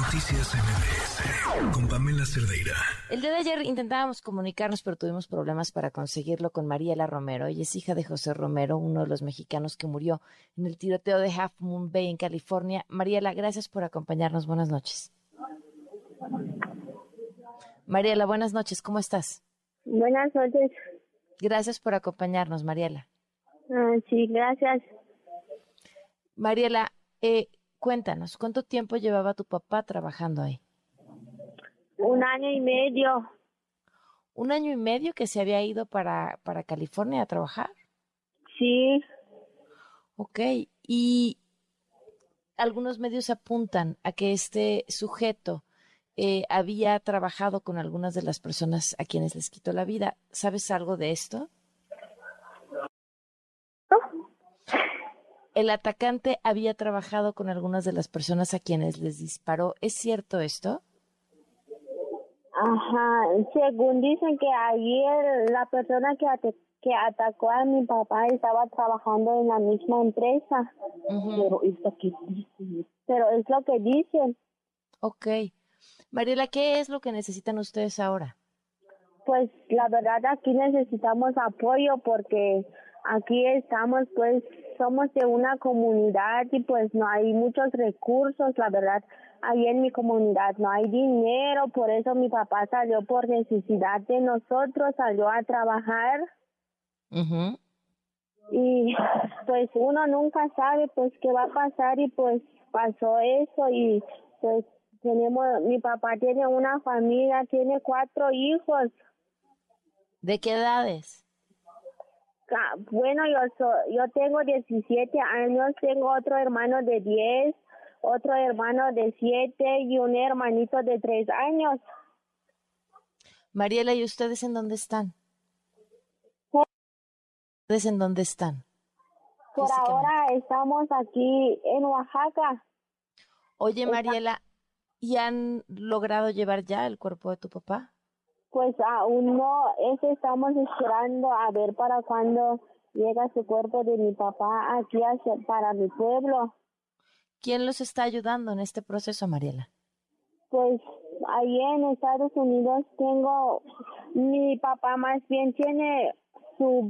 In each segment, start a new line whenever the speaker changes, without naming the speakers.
Noticias MBS con Pamela Cerdeira.
El día de ayer intentábamos comunicarnos, pero tuvimos problemas para conseguirlo con Mariela Romero. Ella es hija de José Romero, uno de los mexicanos que murió en el tiroteo de Half Moon Bay en California. Mariela, gracias por acompañarnos. Buenas noches. Mariela, buenas noches. ¿Cómo estás?
Buenas noches.
Gracias por acompañarnos, Mariela.
Sí, gracias.
Mariela, cuéntanos, ¿cuánto tiempo llevaba tu papá trabajando ahí?
1 año y medio.
1 año y medio que se había ido para California a trabajar.
Sí.
Ok, y algunos medios apuntan a que este sujeto había trabajado con algunas de las personas a quienes les quitó la vida. ¿Sabes algo de esto? El atacante había trabajado con algunas de las personas a quienes les disparó. ¿Es cierto esto?
Ajá. Según dicen que ayer la persona que atacó a mi papá estaba trabajando en la misma empresa.
Uh-huh.
Pero es lo que dicen.
Ok. Mariela, ¿qué es lo que necesitan ustedes ahora?
Pues la verdad aquí necesitamos apoyo porque aquí estamos, pues somos de una comunidad y pues no hay muchos recursos, la verdad, ahí en mi comunidad no hay dinero, por eso mi papá salió por necesidad de nosotros, salió a trabajar.
Uh-huh.
Y pues uno nunca sabe pues qué va a pasar y pues pasó eso y pues mi papá tiene una familia, tiene 4 hijos.
¿De qué edades?
Bueno, yo tengo 17 años, tengo otro hermano de 10, otro hermano de 7 y un hermanito de 3 años.
Mariela, ¿y ustedes en dónde están? ¿Ustedes en dónde están?
Por ahora estamos aquí en Oaxaca.
Oye, Mariela, ¿y han logrado llevar ya el cuerpo de tu papá?
Pues aún no, estamos esperando a ver para cuándo llega su cuerpo de mi papá aquí para mi pueblo.
¿Quién los está ayudando en este proceso, Mariela?
Pues ahí en Estados Unidos mi papá más bien tiene su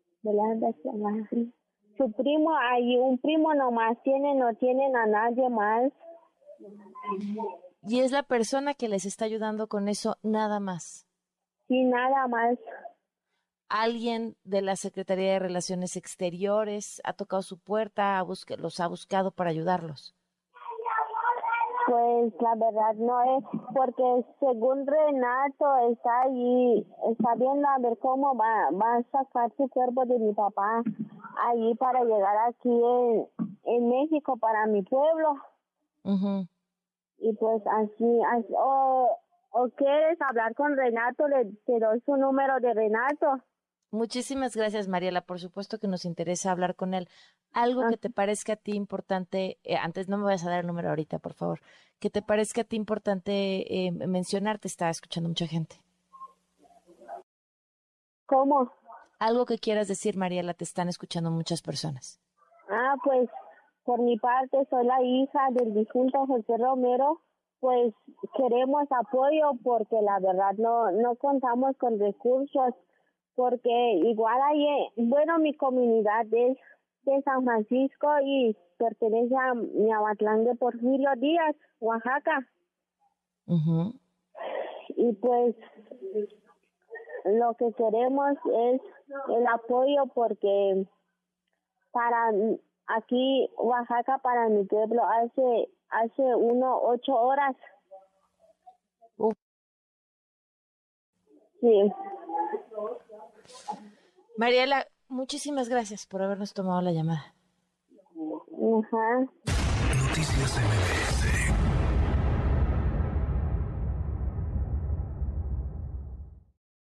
primo, ahí un primo nomás no tienen a nadie más.
¿Y es la persona que les está ayudando con eso nada más?
Sí, nada más.
¿Alguien de la Secretaría de Relaciones Exteriores ha tocado su puerta, los ha buscado para ayudarlos?
Pues la verdad no es, porque según Renato está allí, está viendo a ver cómo va a sacar su cuerpo de mi papá allí para llegar aquí en México para mi pueblo.
Uh-huh.
Y pues así o quieres hablar con Renato, te doy su número de Renato.
Muchísimas gracias, Mariela. Por supuesto que nos interesa hablar con él. Algo que te parezca a ti importante, antes no me vayas a dar el número ahorita, por favor, que te parezca a ti importante mencionar, te está escuchando mucha gente.
¿Cómo?
Algo que quieras decir, Mariela, te están escuchando muchas personas.
Pues por mi parte soy la hija del difunto José Romero, pues queremos apoyo porque la verdad no contamos con recursos, porque igual mi comunidad es de San Francisco y pertenece a Miahuatlán de Porfirio Díaz, Oaxaca.
Uh-huh.
Y pues lo que queremos es el apoyo porque para aquí Oaxaca, para mi pueblo, hace 8 horas. Sí.
Mariela, muchísimas gracias por habernos tomado la llamada.
Ajá.
Noticias MBS.